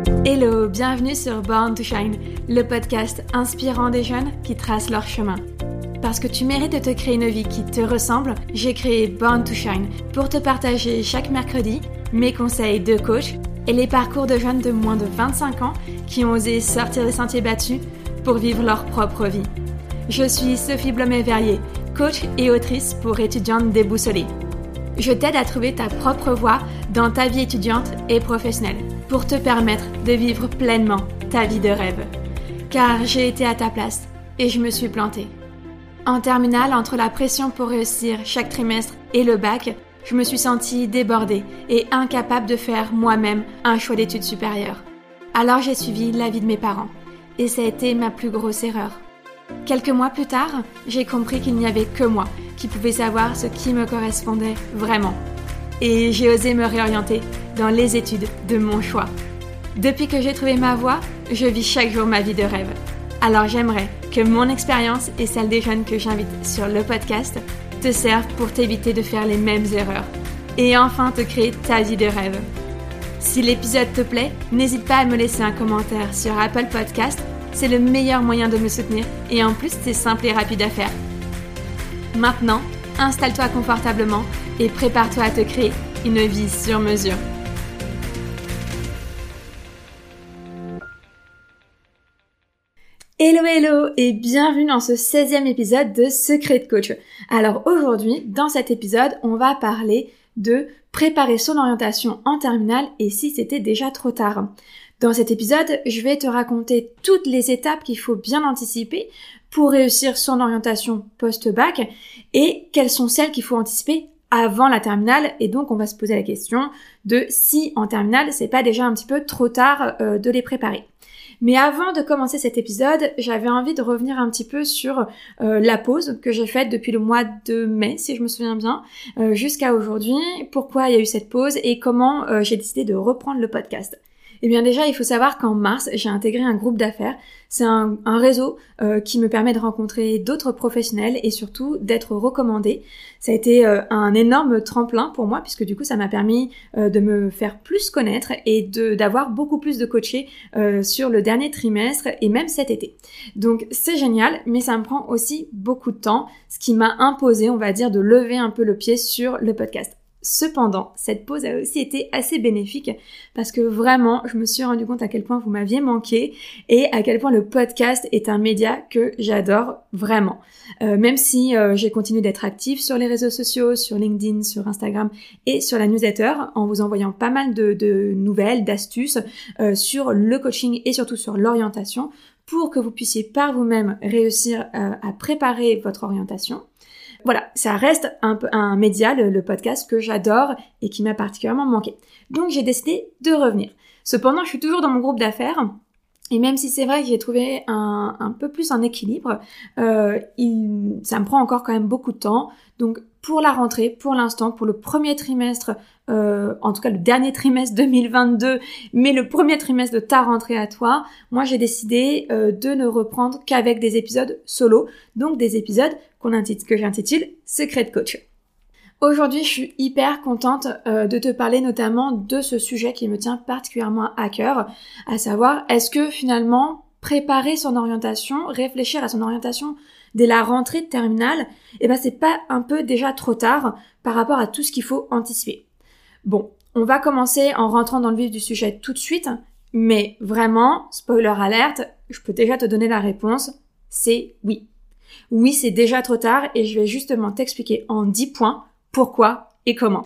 Hello, bienvenue sur Born to Shine, le podcast inspirant des jeunes qui tracent leur chemin. Parce que tu mérites de te créer une vie qui te ressemble, j'ai créé Born to Shine pour te partager chaque mercredi mes conseils de coach et les parcours de jeunes de moins de 25 ans qui ont osé sortir des sentiers battus pour vivre leur propre vie. Je suis Sophie Blomet-Verrier, coach et autrice pour étudiantes déboussolées. Je t'aide à trouver ta propre voie dans ta vie étudiante et professionnelle pour te permettre de vivre pleinement ta vie de rêve. Car j'ai été à ta place et je me suis plantée. En terminale, entre la pression pour réussir chaque trimestre et le bac, je me suis sentie débordée et incapable de faire moi-même un choix d'études supérieures. Alors j'ai suivi l'avis de mes parents et ça a été ma plus grosse erreur. Quelques mois plus tard, j'ai compris qu'il n'y avait que moi qui pouvais savoir ce qui me correspondait vraiment. Et j'ai osé me réorienter dans les études de mon choix. Depuis que j'ai trouvé ma voie, je vis chaque jour ma vie de rêve. Alors j'aimerais que mon expérience et celle des jeunes que j'invite sur le podcast te servent pour t'éviter de faire les mêmes erreurs et enfin te créer ta vie de rêve. Si l'épisode te plaît, n'hésite pas à me laisser un commentaire sur Apple Podcast. C'est le meilleur moyen de me soutenir et en plus c'est simple et rapide à faire. Maintenant, installe-toi confortablement et prépare-toi à te créer une vie sur mesure. Hello et bienvenue dans ce 16e épisode de Secret de Coach. Alors aujourd'hui, dans cet épisode, on va parler de préparer son orientation en terminale et si c'était déjà trop tard. Dans cet épisode, je vais te raconter toutes les étapes qu'il faut bien anticiper pour réussir son orientation post-bac et quelles sont celles qu'il faut anticiper avant la terminale. Et donc, on va se poser la question de si en terminale, c'est pas déjà un petit peu trop tard de les préparer. Mais avant de commencer cet épisode, j'avais envie de revenir un petit peu sur la pause que j'ai faite depuis le mois de mai, si je me souviens bien, jusqu'à aujourd'hui. Pourquoi il y a eu cette pause et comment j'ai décidé de reprendre le podcast. Eh bien déjà, il faut savoir qu'en mars, j'ai intégré un groupe d'affaires. C'est un réseau qui me permet de rencontrer d'autres professionnels et surtout d'être recommandée. Ça a été un énorme tremplin pour moi puisque du coup, ça m'a permis de me faire plus connaître et d'avoir beaucoup plus de coachés sur le dernier trimestre et même cet été. Donc c'est génial, mais ça me prend aussi beaucoup de temps, ce qui m'a imposé, on va dire, de lever un peu le pied sur le podcast. Cependant, cette pause a aussi été assez bénéfique parce que vraiment, je me suis rendu compte à quel point vous m'aviez manqué et à quel point le podcast est un média que j'adore vraiment. Même si j'ai continué d'être active sur les réseaux sociaux, sur LinkedIn, sur Instagram et sur la newsletter en vous envoyant pas mal de nouvelles, d'astuces sur le coaching et surtout sur l'orientation pour que vous puissiez par vous-même réussir à préparer votre orientation. Voilà, ça reste un média, le podcast, que j'adore et qui m'a particulièrement manqué. Donc j'ai décidé de revenir. Cependant, je suis toujours dans mon groupe d'affaires. Et même si c'est vrai que j'ai trouvé un peu plus un équilibre, ça me prend encore quand même beaucoup de temps. Donc pour la rentrée, pour l'instant, pour le premier trimestre, en tout cas le dernier trimestre 2022, mais le premier trimestre de ta rentrée à toi, moi j'ai décidé de ne reprendre qu'avec des épisodes solo, donc des épisodes que j'intitule Secret de Coach. Aujourd'hui, je suis hyper contente de te parler notamment de ce sujet qui me tient particulièrement à cœur, à savoir, est-ce que finalement, préparer son orientation, réfléchir à son orientation dès la rentrée de terminale, c'est pas un peu déjà trop tard par rapport à tout ce qu'il faut anticiper. Bon, on va commencer en rentrant dans le vif du sujet tout de suite, mais vraiment, spoiler alerte, je peux déjà te donner la réponse, c'est oui. Oui, c'est déjà trop tard et je vais justement t'expliquer en 10 points pourquoi et comment.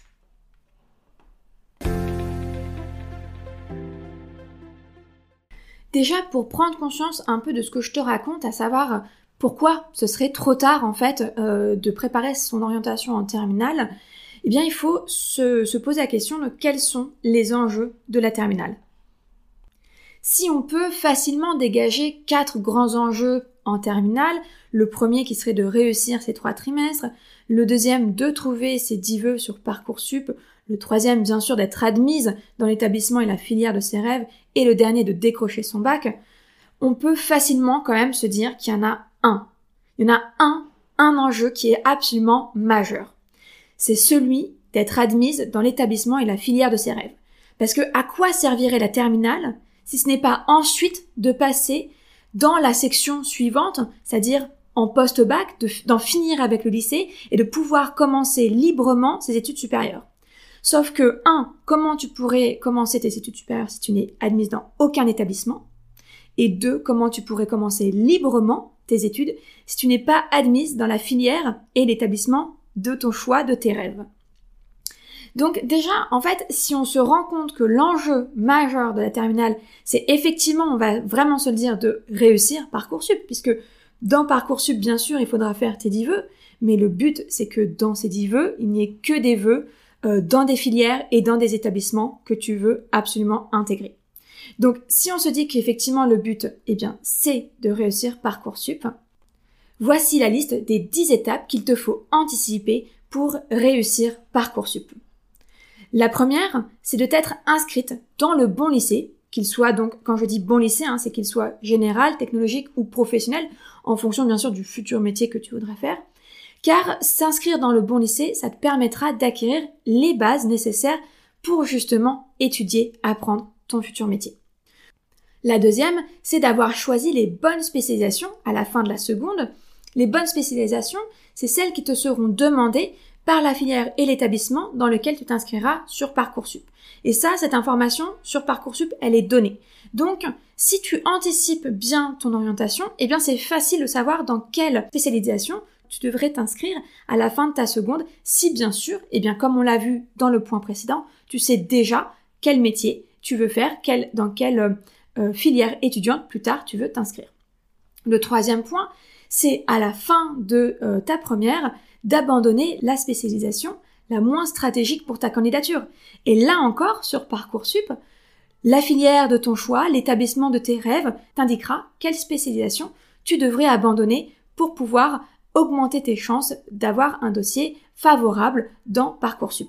Déjà, pour prendre conscience un peu de ce que je te raconte, à savoir pourquoi ce serait trop tard en fait de préparer son orientation en terminale, eh bien il faut se poser la question de quels sont les enjeux de la terminale. Si on peut facilement dégager 4 grands enjeux en terminale, le premier qui serait de réussir ces 3 trimestres, le deuxième de trouver ses 10 vœux sur Parcoursup, le troisième bien sûr d'être admise dans l'établissement et la filière de ses rêves, et le dernier de décrocher son bac, on peut facilement quand même se dire qu'il y en a un. Il y en a un enjeu qui est absolument majeur. C'est celui d'être admise dans l'établissement et la filière de ses rêves. Parce que à quoi servirait la terminale si ce n'est pas ensuite de passer dans la section suivante, c'est-à-dire en post-bac, d'en finir avec le lycée et de pouvoir commencer librement ses études supérieures. Sauf que, comment tu pourrais commencer tes études supérieures si tu n'es admise dans aucun établissement? Et 2, comment tu pourrais commencer librement tes études si tu n'es pas admise dans la filière et l'établissement de ton choix, de tes rêves? Donc déjà, en fait, si on se rend compte que l'enjeu majeur de la terminale, c'est effectivement, on va vraiment se le dire, de réussir Parcoursup, puisque dans Parcoursup, bien sûr, il faudra faire tes 10 vœux, mais le but, c'est que dans ces 10 vœux, il n'y ait que des vœux dans des filières et dans des établissements que tu veux absolument intégrer. Donc, si on se dit qu'effectivement le but, c'est de réussir Parcoursup, voici la liste des 10 étapes qu'il te faut anticiper pour réussir Parcoursup. La première, c'est de t'être inscrite dans le bon lycée, qu'il soit donc, quand je dis bon lycée, c'est qu'il soit général, technologique ou professionnel, en fonction bien sûr du futur métier que tu voudras faire. Car s'inscrire dans le bon lycée, ça te permettra d'acquérir les bases nécessaires pour justement étudier, apprendre ton futur métier. La deuxième, c'est d'avoir choisi les bonnes spécialisations à la fin de la seconde. Les bonnes spécialisations, c'est celles qui te seront demandées par la filière et l'établissement dans lequel tu t'inscriras sur Parcoursup. Et ça, cette information sur Parcoursup, elle est donnée. Donc, si tu anticipes bien ton orientation, c'est facile de savoir dans quelle spécialisation tu devrais t'inscrire à la fin de ta seconde, si bien sûr, comme on l'a vu dans le point précédent, tu sais déjà quel métier tu veux faire, dans quelle filière étudiante plus tard tu veux t'inscrire. Le troisième point, c'est à la fin de ta première, d'abandonner la spécialisation la moins stratégique pour ta candidature. Et là encore, sur Parcoursup, la filière de ton choix, l'établissement de tes rêves t'indiquera quelle spécialisation tu devrais abandonner pour pouvoir augmenter tes chances d'avoir un dossier favorable dans Parcoursup.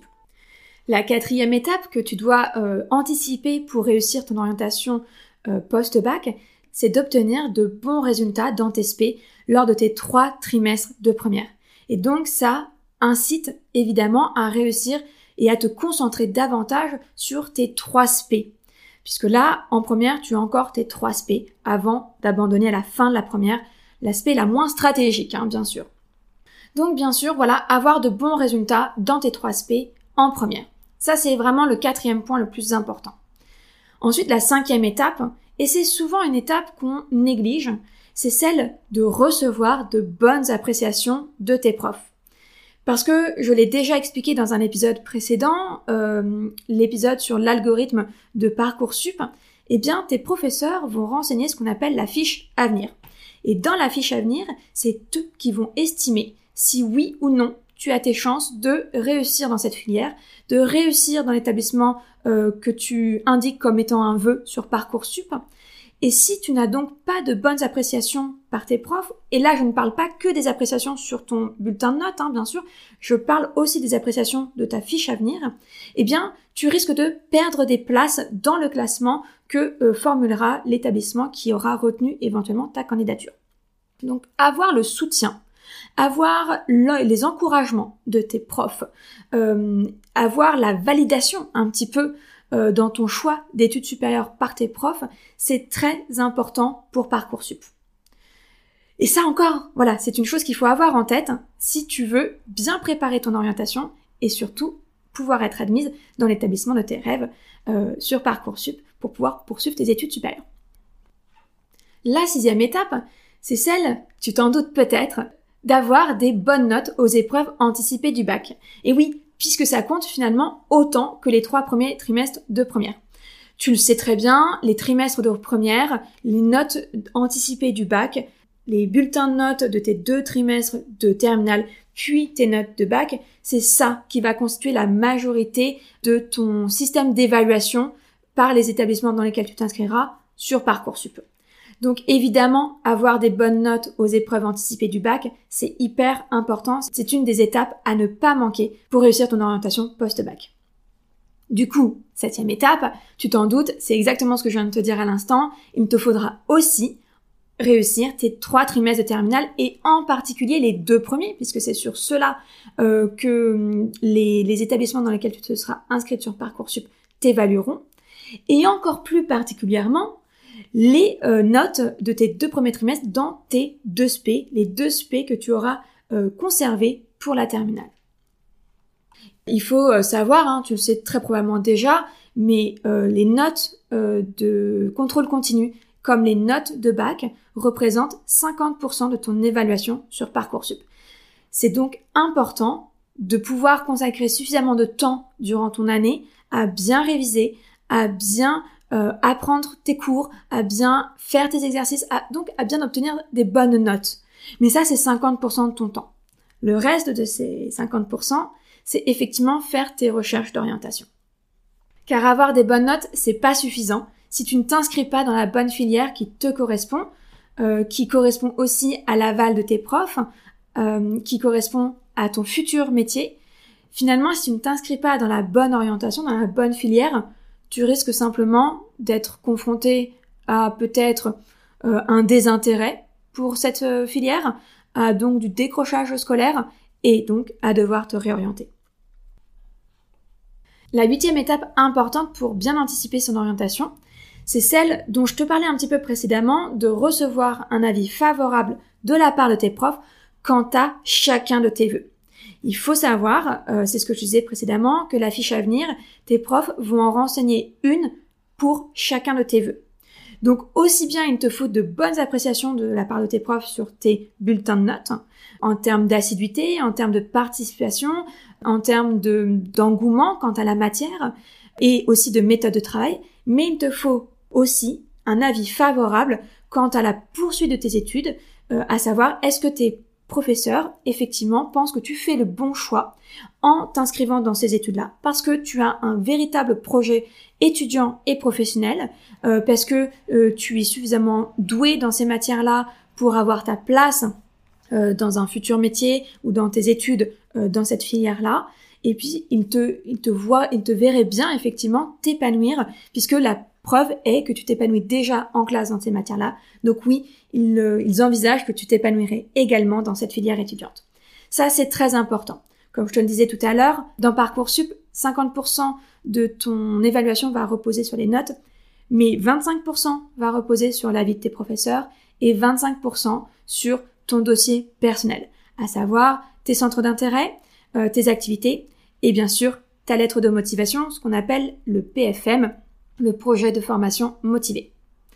La quatrième étape que tu dois anticiper pour réussir ton orientation post-bac, c'est d'obtenir de bons résultats dans tes SP lors de tes 3 trimestres de première. Et donc ça incite évidemment à réussir et à te concentrer davantage sur tes 3 SP. Puisque là, en première, tu as encore tes 3 SP avant d'abandonner à la fin de la première, l'aspect la moins stratégique, bien sûr. Donc bien sûr, avoir de bons résultats dans tes 3 SP en première. Ça, c'est vraiment le 4e point le plus important. Ensuite, la 5e étape, et c'est souvent une étape qu'on néglige, c'est celle de recevoir de bonnes appréciations de tes profs. Parce que je l'ai déjà expliqué dans un épisode précédent, l'épisode sur l'algorithme de Parcoursup, tes professeurs vont renseigner ce qu'on appelle la fiche à venir. Et dans la fiche à venir, c'est eux qui vont estimer si oui ou non tu as tes chances de réussir dans cette filière, de réussir dans l'établissement que tu indiques comme étant un vœu sur Parcoursup. Et si tu n'as donc pas de bonnes appréciations par tes profs, et là je ne parle pas que des appréciations sur ton bulletin de notes, bien sûr, je parle aussi des appréciations de ta fiche à venir, tu risques de perdre des places dans le classement que formulera l'établissement qui aura retenu éventuellement ta candidature. Donc avoir le soutien, avoir les encouragements de tes profs, avoir la validation un petit peu dans ton choix d'études supérieures par tes profs, c'est très important pour Parcoursup. Et ça encore, c'est une chose qu'il faut avoir en tête si tu veux bien préparer ton orientation et surtout pouvoir être admise dans l'établissement de tes rêves sur Parcoursup pour pouvoir poursuivre tes études supérieures. La 6e étape, c'est celle, tu t'en doutes peut-être, d'avoir des bonnes notes aux épreuves anticipées du bac. Et oui, puisque ça compte finalement autant que les 3 premiers trimestres de première. Tu le sais très bien, les trimestres de première, les notes anticipées du bac, les bulletins de notes de tes 2 trimestres de terminale, puis tes notes de bac, c'est ça qui va constituer la majorité de ton système d'évaluation par les établissements dans lesquels tu t'inscriras sur Parcoursup. Donc évidemment, avoir des bonnes notes aux épreuves anticipées du bac, c'est hyper important. C'est une des étapes à ne pas manquer pour réussir ton orientation post-bac. Du coup, 7e étape, tu t'en doutes, c'est exactement ce que je viens de te dire à l'instant. Il te faudra aussi réussir tes 3 trimestres de terminale et en particulier les 2 premiers, puisque c'est sur cela que les établissements dans lesquels tu te seras inscrite sur Parcoursup t'évalueront. Et encore plus particulièrement, les notes de tes 2 premiers trimestres dans tes 2 SP, les 2 SP que tu auras conservés pour la terminale. Il faut savoir, tu le sais très probablement déjà, mais les notes de contrôle continu, comme les notes de bac, représentent 50% de ton évaluation sur Parcoursup. C'est donc important de pouvoir consacrer suffisamment de temps durant ton année à bien réviser, à bien apprendre tes cours, à bien faire tes exercices, donc à bien obtenir des bonnes notes. Mais ça, c'est 50% de ton temps. Le reste de ces 50%, c'est effectivement faire tes recherches d'orientation. Car avoir des bonnes notes, c'est pas suffisant si tu ne t'inscris pas dans la bonne filière qui te correspond, qui correspond aussi à l'aval de tes profs, qui correspond à ton futur métier. Finalement, si tu ne t'inscris pas dans la bonne orientation, dans la bonne filière, tu risques simplement d'être confronté à peut-être un désintérêt pour cette filière, à donc du décrochage scolaire et donc à devoir te réorienter. La 8e étape importante pour bien anticiper son orientation, c'est celle dont je te parlais un petit peu précédemment, de recevoir un avis favorable de la part de tes profs quant à chacun de tes vœux. Il faut savoir, c'est ce que je disais précédemment, que la fiche à venir, tes profs vont en renseigner une pour chacun de tes vœux. Donc aussi bien il te faut de bonnes appréciations de la part de tes profs sur tes bulletins de notes, en termes d'assiduité, en termes de participation, en termes d'engouement quant à la matière et aussi de méthode de travail, mais il te faut aussi un avis favorable quant à la poursuite de tes études, à savoir est-ce que tes professeurs effectivement pensent que tu fais le bon choix en t'inscrivant dans ces études-là, parce que tu as un véritable projet étudiant et professionnel, parce que tu es suffisamment doué dans ces matières-là pour avoir ta place dans un futur métier ou dans tes études dans cette filière-là. Et puis, il te verrait bien effectivement t'épanouir, puisque la preuve est que tu t'épanouis déjà en classe dans ces matières-là. Donc oui, ils envisagent que tu t'épanouirais également dans cette filière étudiante. Ça, c'est très important. Comme je te le disais tout à l'heure, dans Parcoursup, 50% de ton évaluation va reposer sur les notes, mais 25% va reposer sur l'avis de tes professeurs et 25% sur ton dossier personnel, à savoir tes centres d'intérêt, tes activités et bien sûr ta lettre de motivation, ce qu'on appelle le PFM, le projet de formation motivé.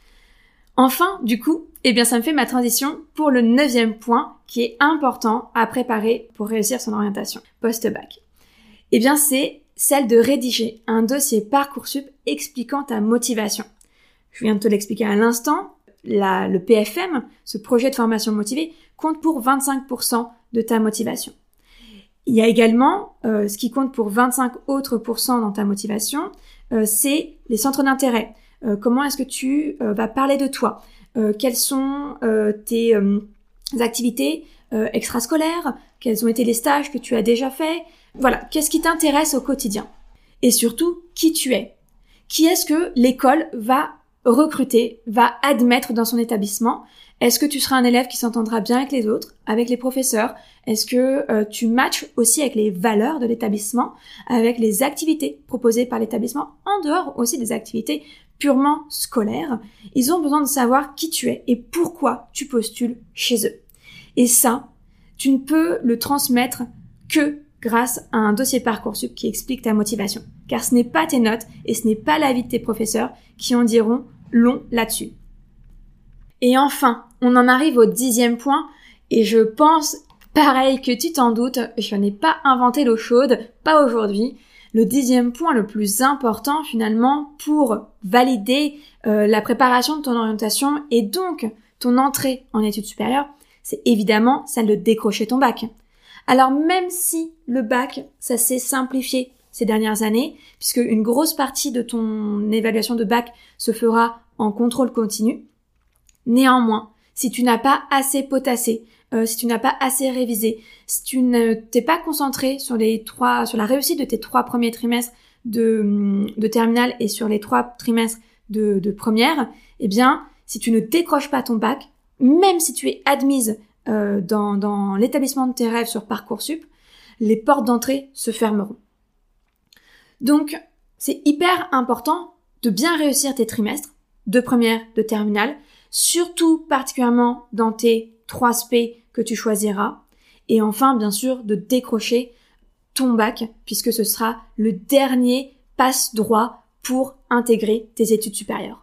Enfin, du coup, ça me fait ma transition pour le 9e point qui est important à préparer pour réussir son orientation post-bac. C'est celle de rédiger un dossier Parcoursup expliquant ta motivation. Je viens de te l'expliquer à l'instant, le PFM, ce projet de formation motivé, compte pour 25% de ta motivation. Il y a également, ce qui compte pour 25 autres % dans ta motivation, c'est les centres d'intérêt. Comment est-ce que tu vas parler de toi? Quelles sont tes activités extrascolaires? Quels ont été les stages que tu as déjà faits? Voilà, qu'est-ce qui t'intéresse au quotidien? Et surtout, qui tu es? Qui est-ce que l'école va recruter, va admettre dans son établissement? Est-ce que tu seras un élève qui s'entendra bien avec les autres, avec les professeurs? Est-ce que tu matches aussi avec les valeurs de l'établissement, avec les activités proposées par l'établissement, en dehors aussi des activités purement scolaires? Ils ont besoin de savoir qui tu es et pourquoi tu postules chez eux. Et ça, tu ne peux le transmettre que grâce à un dossier Parcoursup qui explique ta motivation. Car ce n'est pas tes notes et ce n'est pas l'avis de tes professeurs qui en diront long là-dessus. Et enfin, on en arrive au 10e point, et je pense, pareil que tu t'en doutes, je n'ai pas inventé l'eau chaude, pas aujourd'hui. Le 10e point le plus important finalement pour valider la préparation de ton orientation et donc ton entrée en études supérieures, c'est évidemment celle de décrocher ton bac. Alors même si le bac, ça s'est simplifié ces dernières années, puisque une grosse partie de ton évaluation de bac se fera en contrôle continu, néanmoins, si tu n'as pas assez potassé, si tu n'as pas assez révisé, si tu ne t'es pas concentré sur la réussite de tes 3 premiers trimestres de terminale et sur les 3 trimestres de première, si tu ne décroches pas ton bac, même si tu es admise dans l'établissement de tes rêves sur Parcoursup, les portes d'entrée se fermeront. Donc, c'est hyper important de bien réussir tes trimestres, de première, de terminale, surtout particulièrement dans tes 3 SP que tu choisiras. Et enfin, bien sûr, de décrocher ton bac, puisque ce sera le dernier passe-droit pour intégrer tes études supérieures.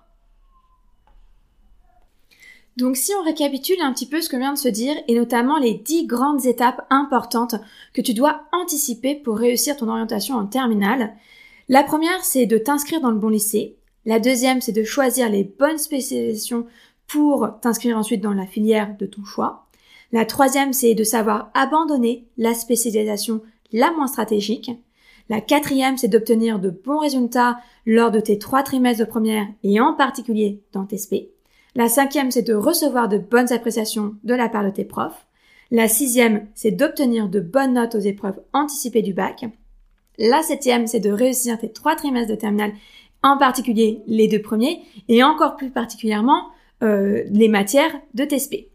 Donc si on récapitule un petit peu ce que vient de se dire, et notamment les 10 grandes étapes importantes que tu dois anticiper pour réussir ton orientation en terminale. La première, c'est de t'inscrire dans le bon lycée. La deuxième, c'est de choisir les bonnes spécialisations pour t'inscrire ensuite dans la filière de ton choix. La troisième, c'est de savoir abandonner la spécialisation la moins stratégique. La quatrième, c'est d'obtenir de bons résultats lors de tes 3 trimestres de première et en particulier dans tes SP. La cinquième, c'est de recevoir de bonnes appréciations de la part de tes profs. La sixième, c'est d'obtenir de bonnes notes aux épreuves anticipées du bac. La septième, c'est de réussir tes 3 trimestres de terminale, en particulier les 2 premiers, et encore plus particulièrement les matières de tes SP.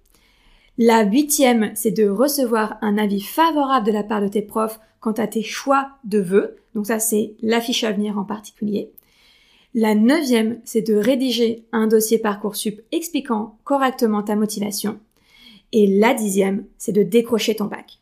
La huitième, c'est de recevoir un avis favorable de la part de tes profs quant à tes choix de vœux. Donc ça, c'est la fiche à venir en particulier. La neuvième, c'est de rédiger un dossier Parcoursup expliquant correctement ta motivation. Et la 10e, c'est de décrocher ton bac.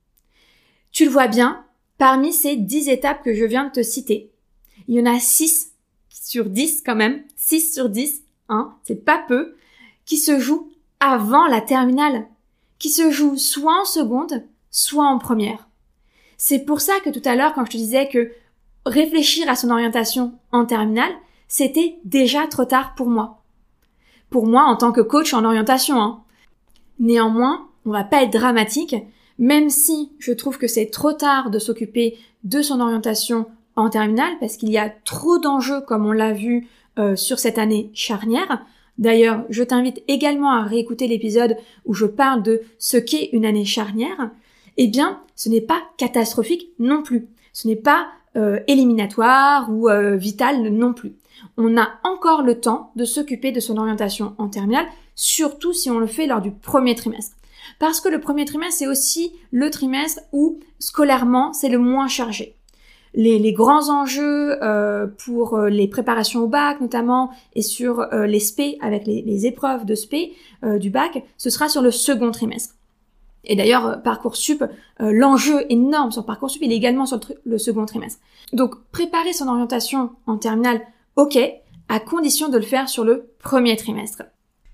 Tu le vois bien, parmi ces 10 étapes que je viens de te citer, il y en a 6 sur 10 quand même, 6 sur 10, c'est pas peu, qui se jouent avant la terminale, qui se jouent soit en seconde, soit en première. C'est pour ça que tout à l'heure, quand je te disais que réfléchir à son orientation en terminale, c'était déjà trop tard pour moi. Pour moi, en tant que coach en orientation. Néanmoins, on va pas être dramatique, même si je trouve que c'est trop tard de s'occuper de son orientation en terminale, parce qu'il y a trop d'enjeux, comme on l'a vu sur cette année charnière. D'ailleurs, je t'invite également à réécouter l'épisode où je parle de ce qu'est une année charnière. Eh bien, ce n'est pas catastrophique non plus. Ce n'est pas éliminatoire ou vital non plus. On a encore le temps de s'occuper de son orientation en terminale, surtout si on le fait lors du premier trimestre. Parce que le premier trimestre, c'est aussi le trimestre où, scolairement, c'est le moins chargé. Les grands enjeux pour les préparations au bac notamment, et sur les SP, avec les épreuves de SP du bac, ce sera sur le second trimestre. Et d'ailleurs, Parcoursup, l'enjeu énorme sur Parcoursup, il est également sur le second trimestre. Donc, préparer son orientation en terminale, ok, à condition de le faire sur le premier trimestre.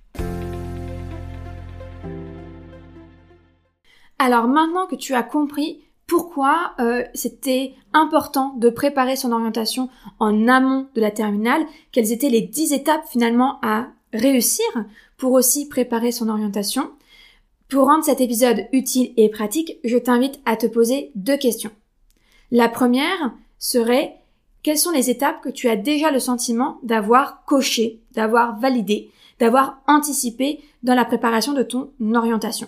Alors maintenant que tu as compris pourquoi c'était important de préparer son orientation en amont de la terminale, quelles étaient les 10 étapes finalement à réussir pour aussi préparer son orientation, pour rendre cet épisode utile et pratique, je t'invite à te poser 2 questions. La première serait: quelles sont les étapes que tu as déjà le sentiment d'avoir coché, d'avoir validé, d'avoir anticipé dans la préparation de ton orientation?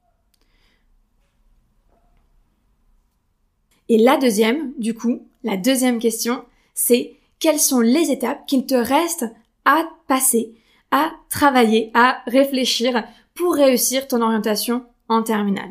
Et la deuxième question, c'est: quelles sont les étapes qu'il te reste à passer, à travailler, à réfléchir pour réussir ton orientation en terminale?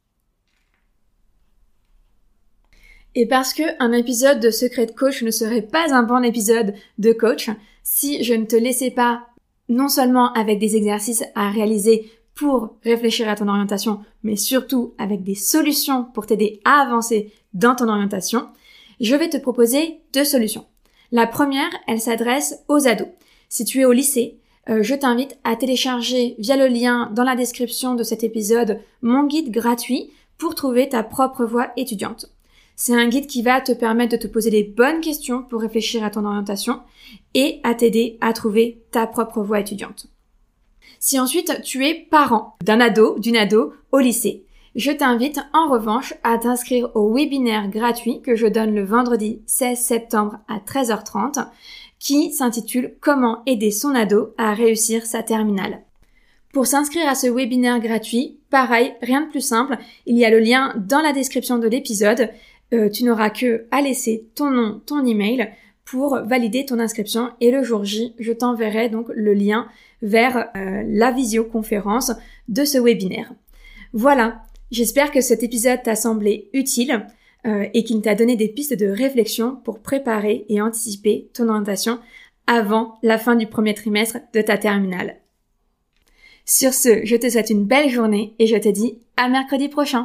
Et parce que un épisode de Secret de Coach ne serait pas un bon épisode de coach si je ne te laissais pas non seulement avec des exercices à réaliser pour réfléchir à ton orientation, mais surtout avec des solutions pour t'aider à avancer dans ton orientation, je vais te proposer 2 solutions. La première, elle s'adresse aux ados. Si tu es au lycée, je t'invite à télécharger via le lien dans la description de cet épisode mon guide gratuit pour trouver ta propre voie étudiante. C'est un guide qui va te permettre de te poser les bonnes questions pour réfléchir à ton orientation et à t'aider à trouver ta propre voie étudiante. Si ensuite tu es parent d'une ado au lycée, je t'invite en revanche à t'inscrire au webinaire gratuit que je donne le vendredi 16 septembre à 13h30 qui s'intitule « Comment aider son ado à réussir sa terminale ». Pour s'inscrire à ce webinaire gratuit, pareil, rien de plus simple, il y a le lien dans la description de l'épisode. Tu n'auras que à laisser ton nom, ton email pour valider ton inscription et le jour J, je t'enverrai donc le lien vers la visioconférence de ce webinaire. Voilà, j'espère que cet épisode t'a semblé utile et qu'il t'a donné des pistes de réflexion pour préparer et anticiper ton orientation avant la fin du premier trimestre de ta terminale. Sur ce, je te souhaite une belle journée et je te dis à mercredi prochain.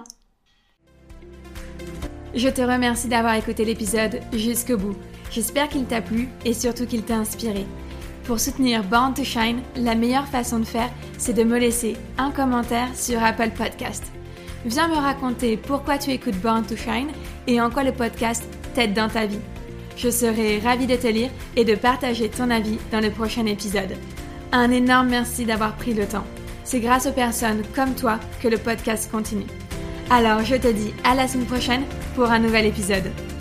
Je te remercie d'avoir écouté l'épisode jusqu'au bout. J'espère qu'il t'a plu et surtout qu'il t'a inspiré. Pour soutenir Born to Shine, la meilleure façon de faire, c'est de me laisser un commentaire sur Apple Podcast. Viens me raconter pourquoi tu écoutes Born to Shine et en quoi le podcast t'aide dans ta vie. Je serai ravie de te lire et de partager ton avis dans le prochain épisode. Un énorme merci d'avoir pris le temps. C'est grâce aux personnes comme toi que le podcast continue. Alors je te dis à la semaine prochaine pour un nouvel épisode.